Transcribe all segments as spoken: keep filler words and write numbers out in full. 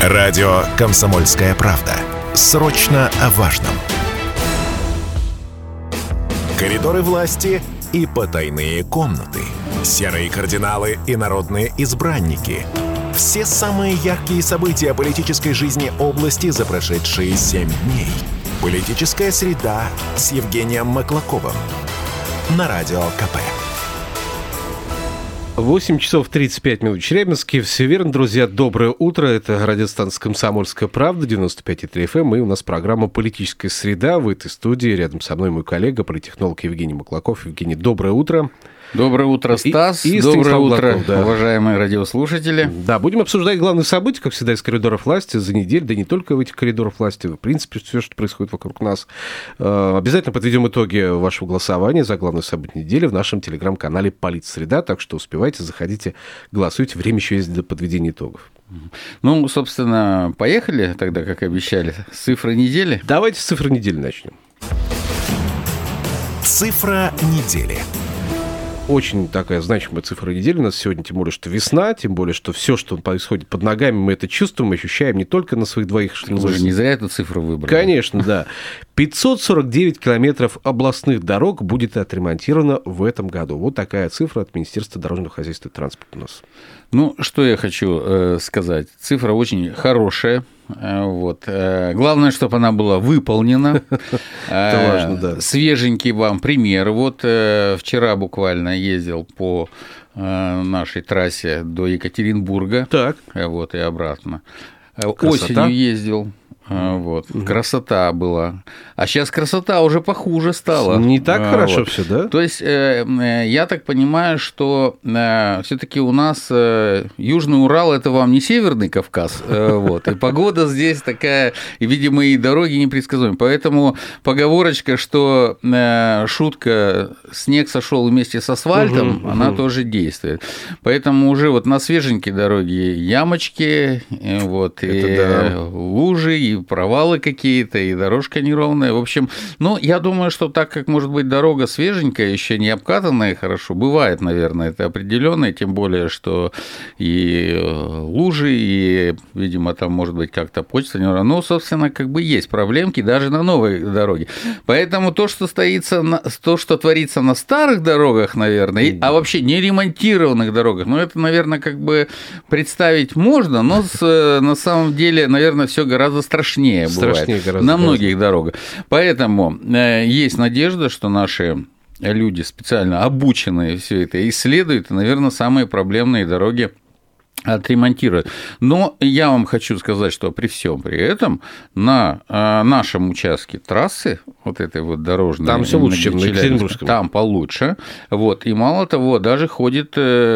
Радио «Комсомольская правда». Срочно о важном. Коридоры власти и потайные комнаты. Серые кардиналы и народные избранники. Все самые яркие события политической жизни области за прошедшие семь дней. Политическая среда с Евгением Маклаковым. На Радио КП. восемь часов тридцать пять минут в Челябинске. Все верно, друзья. Доброе утро. Это радиостанция «Комсомольская правда», девяносто пять и три эф эм. И у нас программа «Политическая среда». В этой студии рядом со мной мой коллега, политтехнолог Евгений Маклаков. Евгений, доброе утро. Доброе утро, Стас. И, и Доброе утро, Маклаков, да. уважаемые радиослушатели. Да, будем обсуждать главные события, как всегда, из коридоров власти за неделю, да не только в этих коридорах власти, в принципе, все, что происходит вокруг нас. Обязательно подведем итоги вашего голосования за главные события недели в нашем телеграм-канале «Политсреда», так что успевайте, заходите, голосуйте, время еще есть до подведения итогов. Ну, собственно, поехали тогда, как обещали, с цифры недели. Давайте с цифры недели начнем. Цифра недели. Очень такая значимая цифра недели у нас сегодня, тем более, что весна, тем более, что все, что происходит под ногами, мы это чувствуем, ощущаем не только на своих двоих, что называется. Не зря эту цифру выбрали. Конечно, да. пятьсот сорок девять километров областных дорог будет отремонтировано в этом году. Вот такая цифра от Министерства дорожного хозяйства и транспорта у нас. Ну, что я хочу э, сказать. Цифра очень хорошая. Вот. Главное, чтобы она была выполнена. Это важно, да. Свеженький вам пример. Вот вчера буквально ездил по нашей трассе до Екатеринбурга. Так. Вот, и обратно. Красота. Осенью ездил. Вот. Угу. Красота была. А сейчас красота уже похуже стала. Не так вот. Хорошо все, да? То есть, я так понимаю, что все-таки у нас Южный Урал – это вам не Северный Кавказ. Вот. И погода здесь такая, и, видимо, и дороги непредсказуемые. Поэтому поговорочка, что шутка «снег сошел вместе с асфальтом», угу, она угу. тоже действует. Поэтому уже вот на свеженькие дороги ямочки, вот, и да. лужи, и провалы какие-то, и дорожка неровная. В общем, ну, я думаю, что так как, может быть, дорога свеженькая, еще не обкатанная хорошо, бывает, наверное, это определенное, тем более, что и лужи, и, видимо, там, может быть, как-то почта неровная. Ну, собственно, как бы есть проблемки даже на новой дороге. Поэтому то, что стоится, на, то, что творится на старых дорогах, наверное, а вообще не ремонтированных дорогах, ну, это, наверное, как бы представить можно, но с, на самом деле, наверное, все гораздо страшнее. Страшнее бывает гораздо, на многих гораздо. дорогах. Поэтому э, есть надежда, что наши люди, специально обученные все это, исследуют, и, наверное, самые проблемные дороги отремонтируют. Но я вам хочу сказать, что при всем при этом на нашем участке трассы, вот этой вот дорожной, там все лучше, чем на Екатеринбургском. Там получше. Вот. И мало того, даже ходит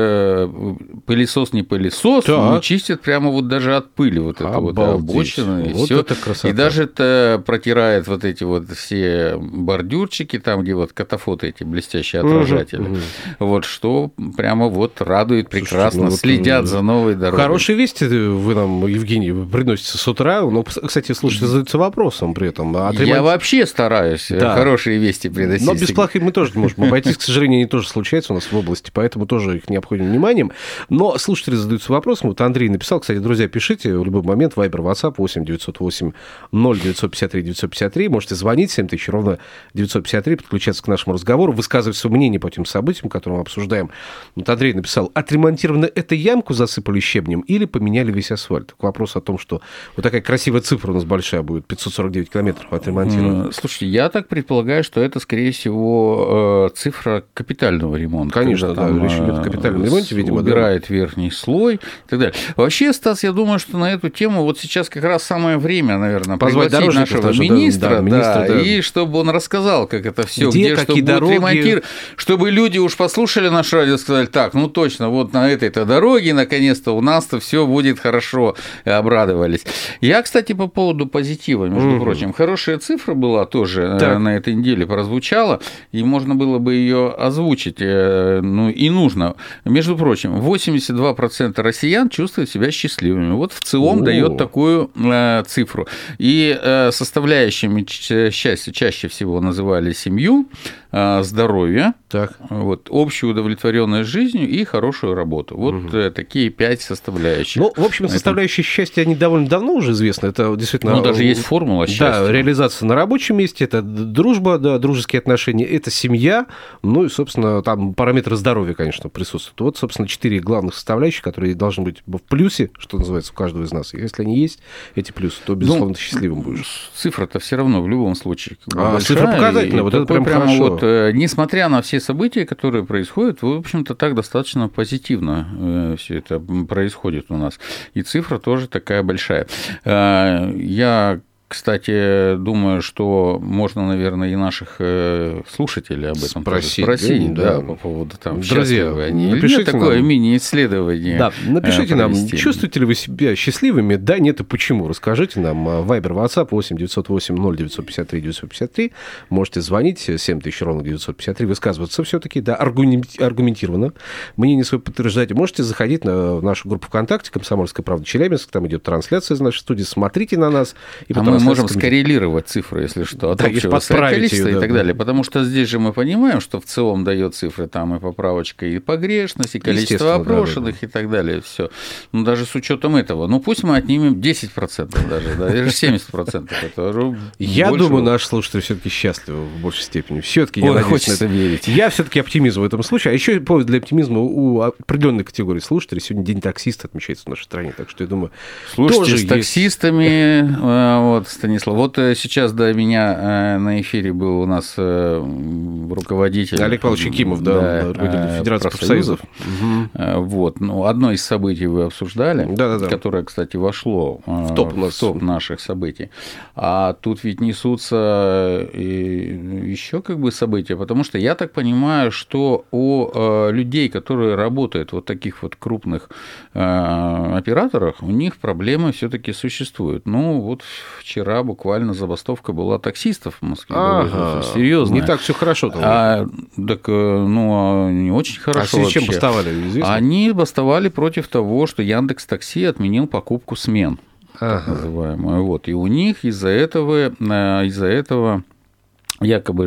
пылесос не пылесос, но чистит прямо вот даже от пыли вот это вот обочины. И, вот всё. Это красота. И даже это протирает вот эти вот все бордюрчики, там, где вот катафоты эти блестящие отражатели. Угу, угу. Вот, что прямо вот радует прекрасно. Слушайте, ну, следят вот, за новой дорогой. Хорошие вести вы нам, Евгений, приносите с утра. Но, кстати, слушайте, задаются вопросом при этом. Отремонт... Я вообще стараюсь да. хорошие вести приносить. Но без плохих мы тоже не можем обойтись. К сожалению, они тоже случаются у нас в области, поэтому тоже их не обходим вниманием. Но слушатели задаются вопросом. Вот Андрей написал, кстати, друзья, пишите в любой момент. Вайбер, WhatsApp восемь девятьсот восемь ноль девятьсот пятьдесят три девятьсот пятьдесят три. Можете звонить семь тысяч ровно девятьсот пятьдесят три, подключаться к нашему разговору, высказывать свое мнение по тем событиям, которые мы обсуждаем. Вот Андрей написал: отремонтирована эта ямку, засыпали щебнем или поменяли весь асфальт? К вопросу о том, что вот такая красивая цифра у нас большая будет, пятьсот сорок девять километров отремонтировано. Слушайте, я так предполагаю, что это, скорее всего, цифра капитального ремонта. Конечно, да, речь идет о капитальном ремонте, видимо. Убирает да. верхний слой и так далее. Вообще, Стас, я думаю, что на эту тему вот сейчас как раз самое время, наверное, позвать пригласить нашего даже, министра, да, да, министра да. и чтобы он рассказал, как это все, где, где что будет дороги... ремонтировать, чтобы люди уж послушали наш радио и сказали: так, ну точно, вот на этой-то дороге, наконец-то, у нас-то все будет хорошо, обрадовались. Я, кстати, по поводу позитива, между угу. прочим, хорошая цифра была тоже так. на этой неделе, прозвучала, и можно было бы ее озвучить, ну и нужно. Между прочим, восемьдесят два процента россиян чувствуют себя счастливыми. Вот ВЦИОМ дает такую цифру. И составляющими счастья чаще всего называли семью, здоровье, так. Вот, общую удовлетворенность жизнью и хорошую работу. Вот угу. такие пять составляющих. Ну, в общем, составляющие счастья, они довольно давно уже известны. Это действительно... Ну, даже есть формула счастья. Да, реализация на рабочем месте, это дружба, да, дружеские отношения, это семья, ну и, собственно, там параметры здоровья, конечно, присутствуют. Вот, собственно, четыре главных составляющих, которые должны быть в плюсе, что называется, у каждого из нас. Если они есть, эти плюсы, то, безусловно, ну, ты счастливым будешь. Цифра-то все равно в любом случае а, цифра показательная, вот это прям прямо хорошо. Вот, несмотря на все события, которые происходят, в общем-то, так достаточно позитивно все это происходит у нас. И цифра тоже такая большая. Я... Кстати, думаю, что можно, наверное, и наших слушателей об этом спросить, спросить да, да, по поводу там, друзья, они напишите или такое нам. мини-исследование. Да, напишите провести. Нам, чувствуете ли вы себя счастливыми, да, нет и почему. Расскажите нам. Вайбер, WhatsApp восемь девятьсот восемь ноль девятьсот пятьдесят три девятьсот пятьдесят три. Можете звонить семь тысяч ровно девятьсот пятьдесят три, высказываться все-таки, да, аргументированно. Мнение свое подтверждайте. Можете заходить на нашу группу ВКонтакте «Комсомольская правда Челябинск», там идет трансляция из нашей студии, смотрите на нас. И а мы можем скоррелировать цифры, если что, от да, общего количества ее, и да, так да. далее. Потому что здесь же мы понимаем, что в целом дает цифры там и поправочка, и погрешность, и количество опрошенных, да, да, да. и так далее. Все. Ну, даже с учетом этого. Ну, пусть мы отнимем десять процентов даже, да, или семьдесят процентов. Это я больше... думаю, наши слушатели все-таки счастливы в большей степени. Все-таки я надеюсь, хочется на это. верить. Я все-таки оптимизм в этом случае. А еще повод для оптимизма у определенной категории слушателей. Сегодня День таксиста отмечается в нашей стране. Так что я думаю, слушайте, тоже с таксистами, вот, Станислав, вот сейчас до меня на эфире был у нас руководитель... Олег Павлович Якимов, да, да, руководитель Федерации профсоюзов. Угу. Вот, ну, одно из событий вы обсуждали, да, да, да. которое, кстати, вошло в топ, в топ наших событий. А тут ведь несутся еще как бы события, потому что я так понимаю, что у людей, которые работают в вот таких вот крупных операторах, у них проблемы все-таки существуют. Ну, вот вчера буквально забастовка была таксистов в Москве. Ага. Серьезно. Не так все хорошо. А, так, ну, не очень хорошо. А с чем бастовали, известно? Они бастовали против того, что Яндекс.Такси отменил покупку смен, ага. так называемую. Вот. И у них из-за этого, из-за этого якобы,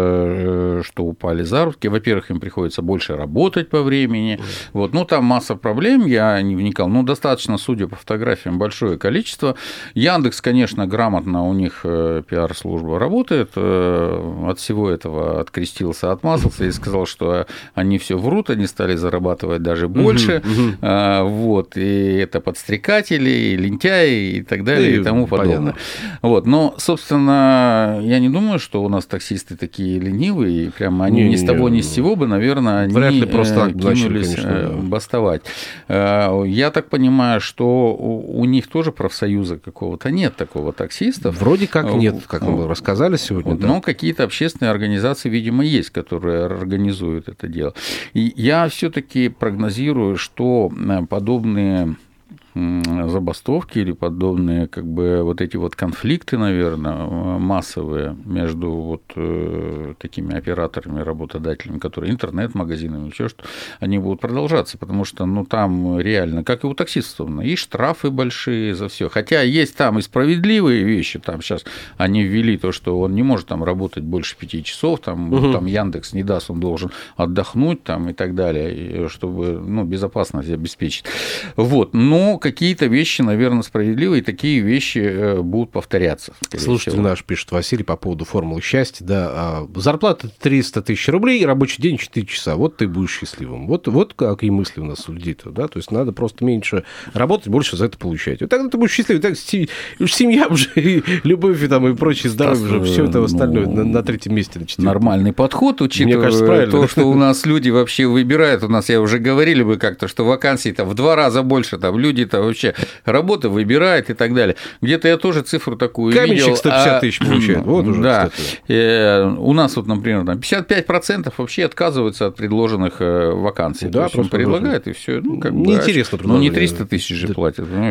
что упали заработки. Во-первых, им приходится больше работать по времени. Вот. Ну, там масса проблем, я не вникал. Ну, достаточно, судя по фотографиям, большое количество. Яндекс, конечно, грамотно, у них пиар-служба работает. От всего этого открестился, отмазался и сказал, что они все врут, они стали зарабатывать даже больше. Uh-huh, uh-huh. Вот. И это подстрекатели, и лентяи, и так далее, и, и тому подобное. Вот. Но, собственно, я не думаю, что у нас таксисты такие ленивые, и прямо они не, ни с того, ни с сего бы, наверное, они вряд ли просто кинулись начали, конечно, бастовать. Я так понимаю, что у них тоже профсоюза какого-то нет такого таксистов. Вроде как нет, как мы рассказали сегодня. Но да. какие-то общественные организации, видимо, есть, которые организуют это дело. И я все-таки прогнозирую, что подобные забастовки или подобные как бы вот эти вот конфликты, наверное, массовые между вот э, такими операторами, работодателями, которые интернет-магазинами, еще что, они будут продолжаться, потому что, ну, там реально, как и у таксистов, и штрафы большие за все. Хотя есть там и справедливые вещи, там сейчас они ввели то, что он не может там работать больше пяти часов, там, угу. там Яндекс не даст, он должен отдохнуть там и так далее, чтобы, ну, безопасность обеспечить. Вот, но какие-то вещи, наверное, справедливые, и такие вещи будут повторяться. Слушатель всего. Наш пишет, Василий, по поводу формулы счастья. Да, зарплата триста тысяч рублей, рабочий день четыре часа. Вот ты будешь счастливым. Вот, вот какие мысли у нас у людей-то. Да? То есть надо просто меньше работать, больше за это получать. Вот тогда ты будешь счастливым. Так, семья уже, и любовь и, там, и прочее здоровье, уже все это остальное ну, на, на третьем месте. На нормальный подход, учитывая кажется, то, что у нас люди вообще выбирают. У нас, я уже говорили бы как-то, что вакансий там в два раза больше, там люди-то вообще работа выбирает и так далее. Где-то я тоже цифру такую Каменщик видел. сто пятьдесят тысяч получает. Вот уже, да. У нас вот, например, там пятьдесят пять процентов вообще отказываются от предложенных вакансий. Да, просто предлагают, и все. Ну, как неинтересно. Ну, не триста тысяч же платят, понимаешь?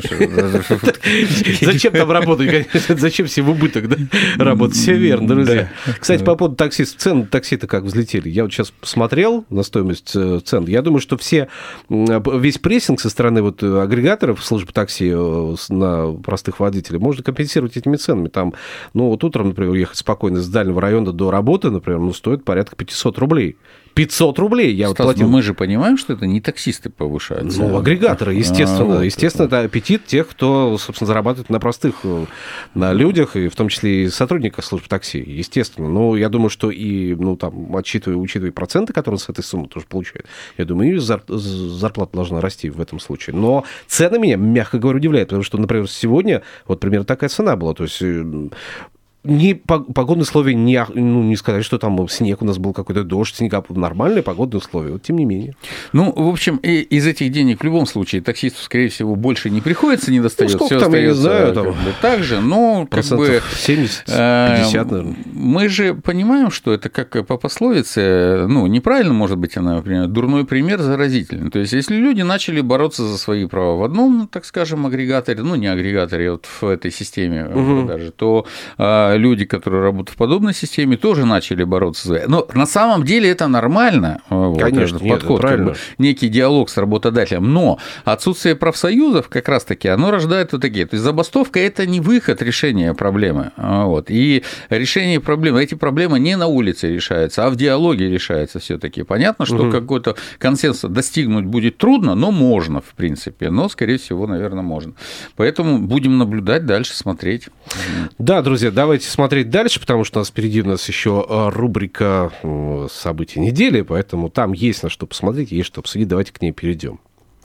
Зачем там работать? Зачем все в убыток работать? Все верно, друзья. Кстати, по поводу таксистов, цены такси-то как взлетели. Я вот сейчас посмотрел на стоимость цен. Я думаю, что все, весь прессинг со стороны вот агрегаторов тариф службы такси на простых водителей можно компенсировать этими ценами. Там, ну, вот утром, например, ехать спокойно с дальнего района до работы, например, ну, стоит порядка пятьсот рублей. пятьсот рублей я Стас, вот платил. Но мы же понимаем, что это не таксисты повышают. Ну, агрегаторы, естественно. А, вот естественно, это. это аппетит тех, кто, собственно, зарабатывает на простых, на людях, и в том числе и сотрудниках служб такси, естественно. Но я думаю, что и, ну, там, отчитывая, учитывая проценты, которые с этой суммы тоже получают, я думаю, и зарплата должна расти в этом случае. Но цены меня, мягко говоря, удивляют, потому что, например, сегодня вот примерно такая цена была. То есть не, погодные условия, не, ну, не сказать, что там снег у нас был, какой-то дождь, снега, нормальные погодные условия, вот тем не менее. Ну, в общем, и из этих денег в любом случае таксисту, скорее всего, больше не приходится, не достается. Ну, все там, остается, я не знаю, там, как бы, так же, но как бы семьдесят-пятьдесят, наверное. Мы же понимаем, что это как по пословице, ну, неправильно, может быть, она, например, дурной пример заразительный. То есть, если люди начали бороться за свои права в одном, так скажем, агрегаторе, ну, не агрегаторе, вот в этой системе угу. даже, то люди, которые работают в подобной системе, тоже начали бороться за это. Но на самом деле это нормально. Конечно, вот, нет, подход, правильно. Как бы, некий диалог с работодателем. Но отсутствие профсоюзов, как раз-таки, оно рождает вот такие. То есть забастовка – это не выход решения проблемы. Вот. И решение проблемы, эти проблемы не на улице решаются, а в диалоге решаются все-таки. Понятно, что угу. какой-то консенсус достигнуть будет трудно, но можно, в принципе. Но, скорее всего, наверное, можно. Поэтому будем наблюдать дальше, смотреть. Да, друзья, давайте смотреть дальше, потому что у нас впереди у нас еще рубрика «События недели», поэтому там есть на что посмотреть, есть что обсудить. Давайте к ней перейдем.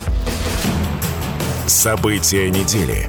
События недели.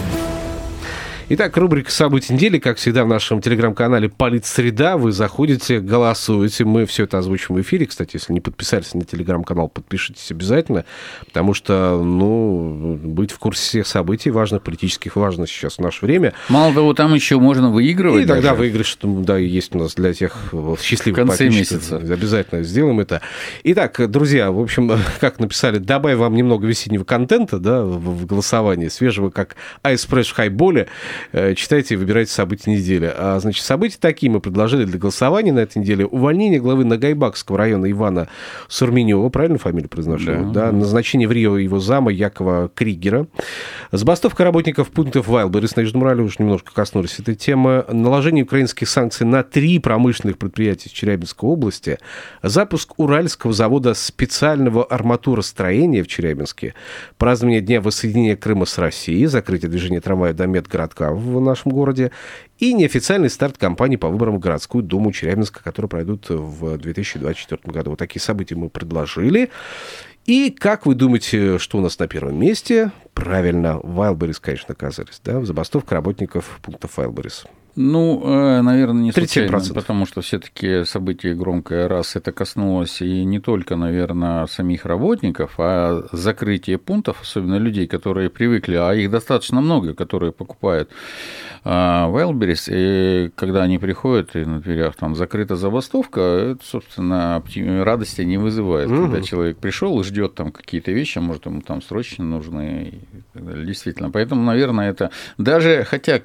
Итак, рубрика «События недели», как всегда, в нашем телеграм-канале «Политсреда». Вы заходите, голосуете. Мы все это озвучим в эфире. Кстати, если не подписались на телеграм-канал, подпишитесь обязательно, потому что, ну, быть в курсе всех событий важных, политических, важно сейчас в наше время. Мало того, там еще можно выигрывать. И даже. тогда выигрыш, да, есть у нас для тех счастливых в конце подписчиков. месяца. Обязательно сделаем это. Итак, друзья, в общем, как написали, добавим вам немного весеннего контента, да, в, в голосовании, свежего, как айспресс в хайболе. Читайте и выбирайте события недели. А, значит, события такие мы предложили для голосования на этой неделе. Увольнение главы Нагайбакского района Ивана Сурменева, правильно фамилию произношу? Да, да. Да. Назначение в Рио его зама Якова Кригера. Забастовка работников пунктов Вайлберрис на Южном Урале, уже немножко коснулись этой темы. Наложение украинских санкций на три промышленных предприятия Челябинской области. Запуск Уральского завода специального арматуростроения в Челябинске. Празднование Дня воссоединения Крыма с Россией. Закрытие движения трамвая до медгородка в нашем городе. И неофициальный старт кампании по выборам в городскую думу Челябинска, которые пройдут в две тысячи двадцать четвёртом году. Вот такие события мы предложили. И как вы думаете, что у нас на первом месте? Правильно, Вайлберрис, конечно, оказались. Да? Забастовка работников пунктов Вайлберрис. Ну, наверное, не случайно, тридцать процентов. Потому что все-таки событие громкое, раз это коснулось и не только, наверное, самих работников, а закрытие пунктов, особенно людей, которые привыкли, а их достаточно много, которые покупают Вайлберрис, и когда они приходят, и на дверях там закрыта забастовка, это, собственно, радости не вызывает. Mm-hmm. Когда человек пришел и ждет там какие-то вещи, может, ему там срочно нужны и так далее. Действительно. Поэтому, наверное, это даже, хотя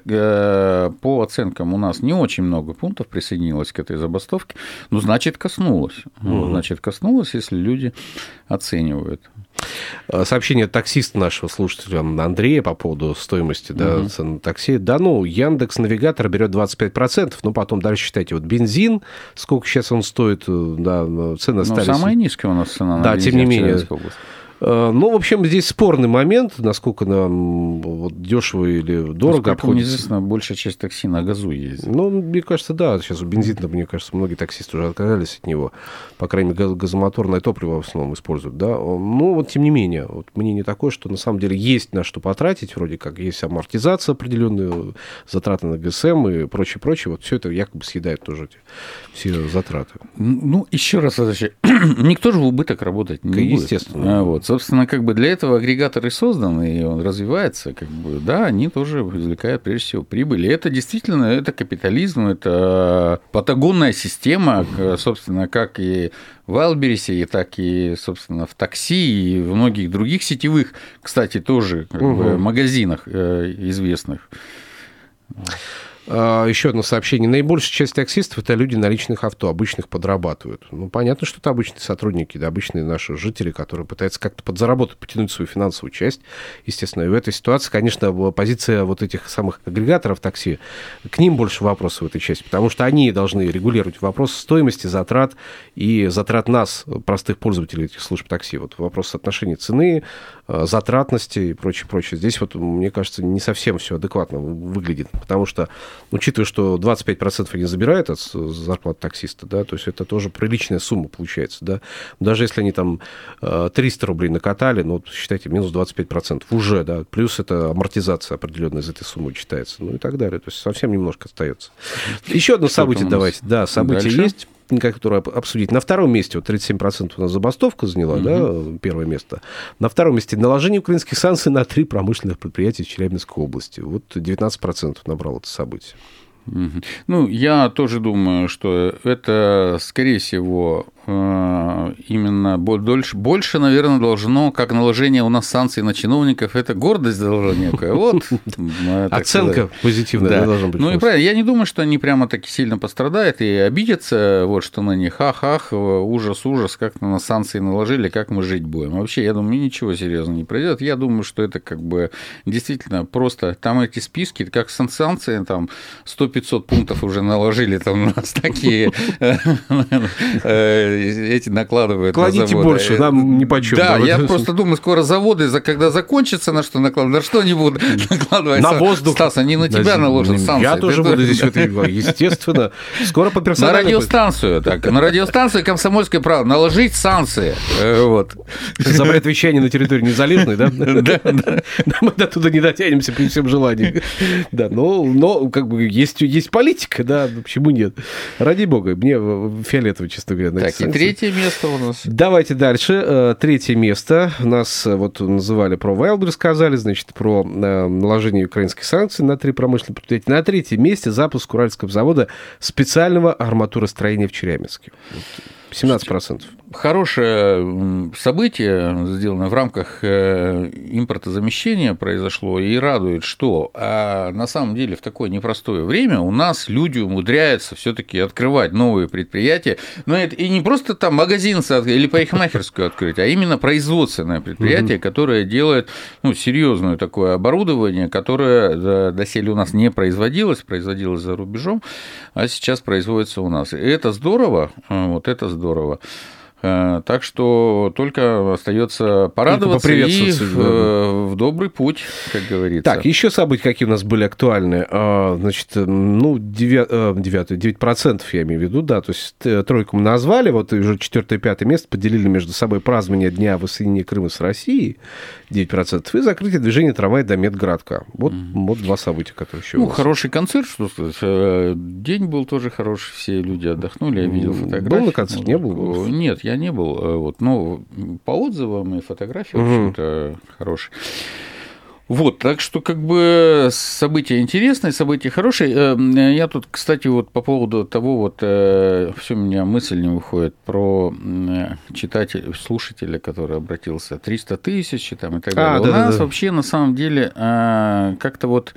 по оценкам у нас не очень много пунктов присоединилось к этой забастовке, но значит коснулось. Mm-hmm. Ну, значит коснулось, если люди оценивают. Сообщение от таксиста нашего слушателя Андрея по поводу стоимости да, угу. цен на такси. Да ну, Яндекс.Навигатор берет двадцать пять процентов, ну потом дальше считайте, вот бензин, сколько сейчас он стоит, да, цены остались. Ну, самая низкая у нас цена на да, бензин тем не менее. в области. Ну, в общем, здесь спорный момент, насколько нам вот, дешево или дорого обходится. Неизвестно, большая часть такси на газу ездит. Ну, мне кажется, да. Сейчас у бензина, мне кажется, многие таксисты уже отказались от него. По крайней мере, газомоторное топливо в основном используют. Да? Но вот, тем не менее, вот, мнение такое, что на самом деле есть на что потратить. Вроде как есть амортизация определенные, затраты на ГСМ и прочее, прочее. Вот все это якобы съедает тоже эти, все затраты. Ну, еще раз возвращаюсь. Никто же в убыток работать не будет. Естественно. А, вот. Собственно, как бы для этого агрегатор и создан, и он развивается, как бы, да, они тоже извлекают, прежде всего, прибыль. И это действительно, это капитализм, это патагонная система, собственно, как и в Вайлберрисе, и так и, собственно, в такси, и в многих других сетевых, кстати, тоже как угу. бы, магазинах известных. Еще одно сообщение. Наибольшая часть таксистов – это люди на личных авто, обычных подрабатывают. Ну, понятно, что это обычные сотрудники, да, обычные наши жители, которые пытаются как-то подзаработать, потянуть свою финансовую часть, естественно. И в этой ситуации, конечно, позиция вот этих самых агрегаторов такси, к ним больше вопросов в этой части, потому что они должны регулировать вопрос стоимости, затрат и затрат нас, простых пользователей этих служб такси. Вот вопрос соотношения цены, затратности и прочее, прочее. Здесь вот, мне кажется, не совсем все адекватно выглядит, потому что, учитывая, что двадцать пять процентов они забирают от зарплаты таксиста, да, то есть это тоже приличная сумма получается, да. Даже если они там триста рублей накатали, ну, считайте, минус двадцать пять процентов уже, да, плюс это амортизация определенная из этой суммы читается, ну и так далее, то есть совсем немножко остается. Еще одно событие давайте, да, событие дальше есть, которое обсудить. На втором месте, вот тридцать семь процентов у нас забастовка заняла, угу. да, первое место. На втором месте наложение украинских санкций на три промышленных предприятия Челябинской области. Вот девятнадцать процентов набрало это событие. Ну, я тоже думаю, что это, скорее всего, именно больше, больше, наверное, должно, как наложение у нас санкций на чиновников, это гордость должна некая. Вот. Оценка позитивная, да, должна быть. Ну и правильно, я не думаю, что они прямо таки сильно пострадают и обидятся, вот что на них, ах-ах, ужас-ужас, как на нас санкции наложили, как мы жить будем. Вообще, я думаю, ничего серьезного не произойдет. Я думаю, что это как бы действительно просто, там эти списки, как санкции, там сто-пятьсот пунктов уже наложили, там у нас такие эти накладывают. Кладите больше, нам ни почем. Да, я просто думаю, скоро заводы, когда закончатся, на что накладывать, на что они будут накладывать? На воздух. Стас, они на тебя наложат санкции. Я тоже буду здесь, естественно. Скоро по персональному. На радиостанцию, так, на радиостанцию «Комсомольская правда» наложить санкции. Вот. Запрет вещания на территории незалежной, да? Да, да. Мы до туда не дотянемся при всем желании. Да, но, но как бы есть, есть политика, да, почему нет? Ради бога, мне фиолетово, честно говоря. Так, и третье место у нас. Давайте дальше. Третье место. У нас вот называли про Wildberries, сказали, значит, про наложение украинских санкций на три промышленных предприятия. На третьем месте запуск Уральского завода специального арматуростроения в Челябинске. семнадцать процентов. Хорошее событие, сделанное в рамках импортозамещения, произошло, и радует, что а на самом деле в такое непростое время у нас люди умудряются все-таки открывать новые предприятия, но это и не просто там магазин или парикмахерскую открыть, а именно производственное предприятие, угу. которое делает ну, серьезное такое оборудование, которое доселе у нас не производилось, производилось за рубежом, а сейчас производится у нас. И это здорово, вот это здорово. Так что только остается порадоваться и в, в добрый путь, как говорится. Так, еще события, какие у нас были актуальны. Значит, ну, девять процентов я имею в виду, да, то есть тройку мы назвали, вот уже четвёртое и пятое место поделили между собой празднование Дня воссоединения Крыма с Россией, девять процентов, и закрытие движения трамвая до медгородка. Вот, mm-hmm. вот два события, которые еще Ну, хороший концерт, что сказать. День был тоже хороший, все люди отдохнули, я видел фотографии. Был на концерте, не был? Нет, я не был, вот, но по отзывам и фотографии, угу. в общем-то, хорошие. Вот, так что, как бы, события интересные, события хорошие. Я тут, кстати, вот по поводу того, вот, все у меня мысль не выходит про читателя, слушателя, который обратился, триста тысяч там, и так далее. А, у да, нас да. вообще, на самом деле, как-то вот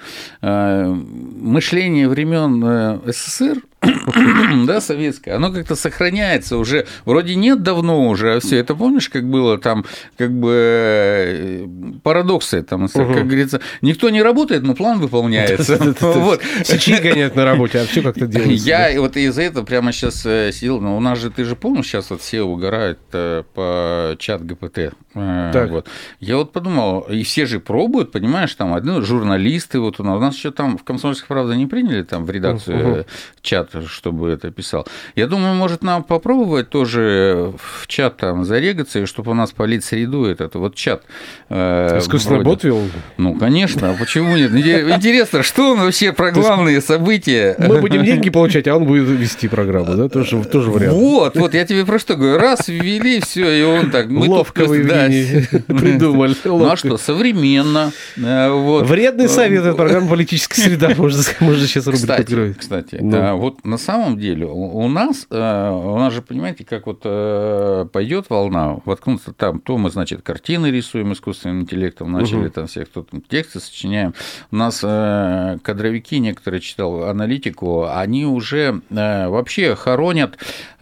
мышление времен СССР, да, советское, оно как-то сохраняется уже, вроде нет давно уже, а все это помнишь, как было там, как бы парадоксы, там, как говорится, никто не работает, но план выполняется. Сечи гоняют на работе, а все как-то делается. Я вот из-за этого прямо сейчас сидел, но у нас же, ты же помнишь, сейчас вот все угорают по чат гэ пэ тэ. Вот. Я вот подумал, и все же пробуют, понимаешь, там одни журналисты, вот у нас, у нас еще там в «Комсомольской правде» не приняли там в редакцию чат, чтобы это писал. Я думаю, может, нам попробовать тоже в чат там зарегаться, и чтобы у нас политсреду этот вот чат. Искусственный бот вел? Ну, конечно, а почему нет? Интересно, что он вообще про главные события? Мы будем деньги получать, а он будет вести программу, да? Тоже, тоже вариант. Вот, вот, я тебе про что говорю. Раз ввели, все, и он так... Ловко вы ввели. Евгений придумали. Ну а что, современно. Вот. Вредный совет, это программа «Политическая среда». Можно, можно сейчас рубрику Кстати, откроем. кстати Ну. вот на самом деле у нас, у нас же, понимаете, как вот пойдет волна, воткнуться там, то мы, значит, картины рисуем искусственным интеллектом, начали угу. там всех, кто-то тексты сочиняем. У нас кадровики, некоторые читал аналитику, они уже вообще хоронят,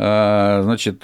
значит,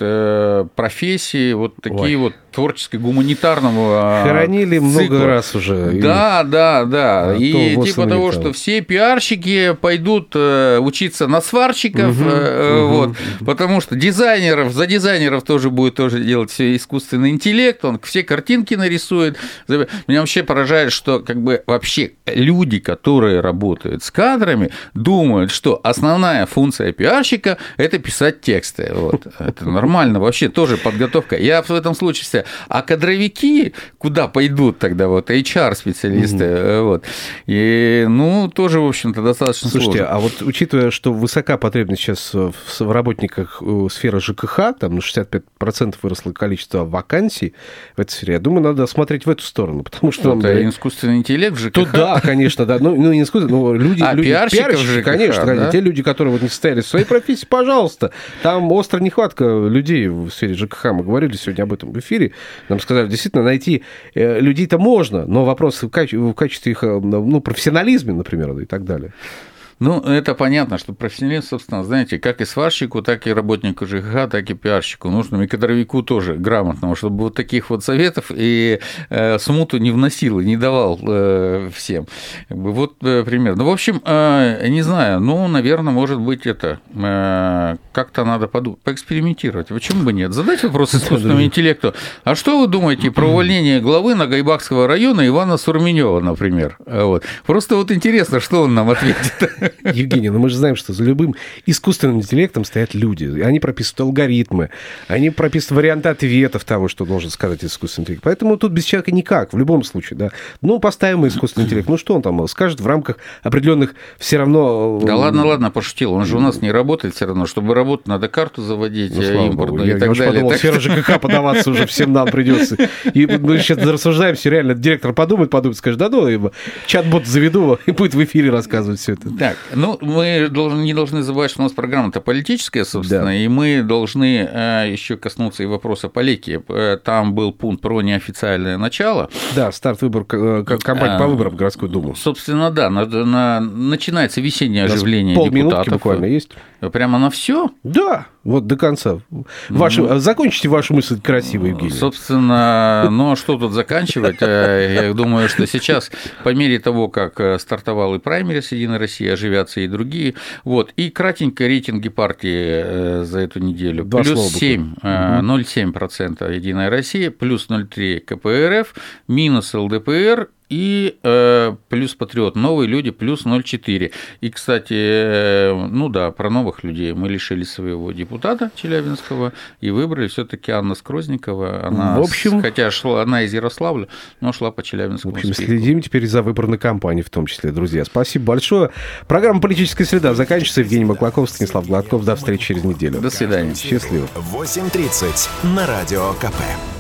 профессии вот такие Ой. вот творческо-гуманитарного хоронили цикла. Много раз уже. Да, да, да. А и типа того, что все пиарщики пойдут учиться на сварщиков, угу, вот, угу. потому что дизайнеров, за дизайнеров тоже будет тоже делать все искусственный интеллект, он все картинки нарисует. Меня вообще поражает, что как бы вообще люди, которые работают с кадрами, думают, что основная функция пиарщика – это писать тексты. Вот. Это нормально, вообще тоже подготовка. Я в этом случае... А кадровики куда пойдут тогда? Вот эйч ар-специалисты. Mm-hmm. Вот. И, ну, тоже, в общем-то, достаточно Слушайте, сложно. а вот учитывая, что высока потребность сейчас в работниках сферы ЖКХ, там на шестьдесят пять процентов выросло количество вакансий в этой сфере, я думаю, надо смотреть в эту сторону, потому что... Вот, нам... искусственный интеллект в ЖКХ? То, да, конечно, да. Ну, ну не искусственный, но люди... А, люди пиарщиков пиарщики, в ЖКХ, конечно, да? Те люди, которые вот не состоялись в своей профессии, пожалуйста. Там острая нехватка людей в сфере ЖКХ. Мы говорили сегодня об этом в эфире. Нам сказали, действительно, найти людей-то можно, но вопрос в качестве их, ну, профессионализме, например, и так далее. Ну, это понятно, что профессионализм, собственно, знаете, как и сварщику, так и работнику ЖКХ, так и пиарщику нужно, и кадровику тоже грамотному, чтобы вот таких вот советов и э, смуту не вносил и не давал э, всем. Вот э, пример. Ну, в общем, э, не знаю, ну, наверное, может быть, это э, как-то надо подумать, поэкспериментировать. Почему бы нет? Задать вопрос искусственному интеллекту. А что вы думаете про увольнение главы Нагайбакского района Ивана Сурменева, например? Вот. Просто вот интересно, что он нам ответит. Евгений, ну мы же знаем, что за любым искусственным интеллектом стоят люди. Они прописывают алгоритмы, они прописывают варианты ответов того, что должен сказать искусственный интеллект. Поэтому тут без человека никак, в любом случае. Да. Ну, поставим искусственный интеллект. Ну, что он там скажет в рамках определенных все равно... Да ладно, ладно, пошутил. Он же у нас не работает все равно. Чтобы работать, надо карту заводить, ну, импортную я, и так я далее. Подумал, так сфера ЖКХ подаваться уже всем нам придется. И мы сейчас рассуждаем, реально директор подумает, подумает, скажет, да ну, чат-бот заведу и будет в эфире рассказывать все это. Так, ну, мы должны, не должны забывать, что у нас программа-то политическая, собственно, да. И мы должны э, еще коснуться и вопроса по леке. Там был пункт про неофициальное начало. Да, старт выбор, кампании а, по выборам в городскую думу. Собственно, да, на, на, начинается весеннее оживление депутатов. Буквально есть. Прямо на все? Да, вот до конца. Вашу, ну, закончите вашу мысль красиво, Евгений. Собственно, ну а что тут заканчивать? Я думаю, что сейчас, по мере того, как стартовал и праймерис Единой России, оживятся и другие, вот, и кратенько рейтинги партии за эту неделю. Два плюс семь, ноль целых семь десятых процента Единая Россия, плюс ноль целых три десятых КПРФ, минус ЛДПР, и э, плюс Патриот, новые люди, плюс ноль целых четыре десятых. И, кстати, э, ну да, про новых людей. Мы лишили своего депутата Челябинского и выбрали все-таки Анна Скрозникова. Она, в общем, хотя шла, она из Ярославля, но шла по Челябинскому. В общем, списку. Следим теперь за выборной кампанией в том числе, друзья. Спасибо большое. Программа «Политическая среда» заканчивается. Евгений Маклаков, Станислав Гладков. До встречи через неделю. До свидания. Счастливо. восемь тридцать на Радио КП.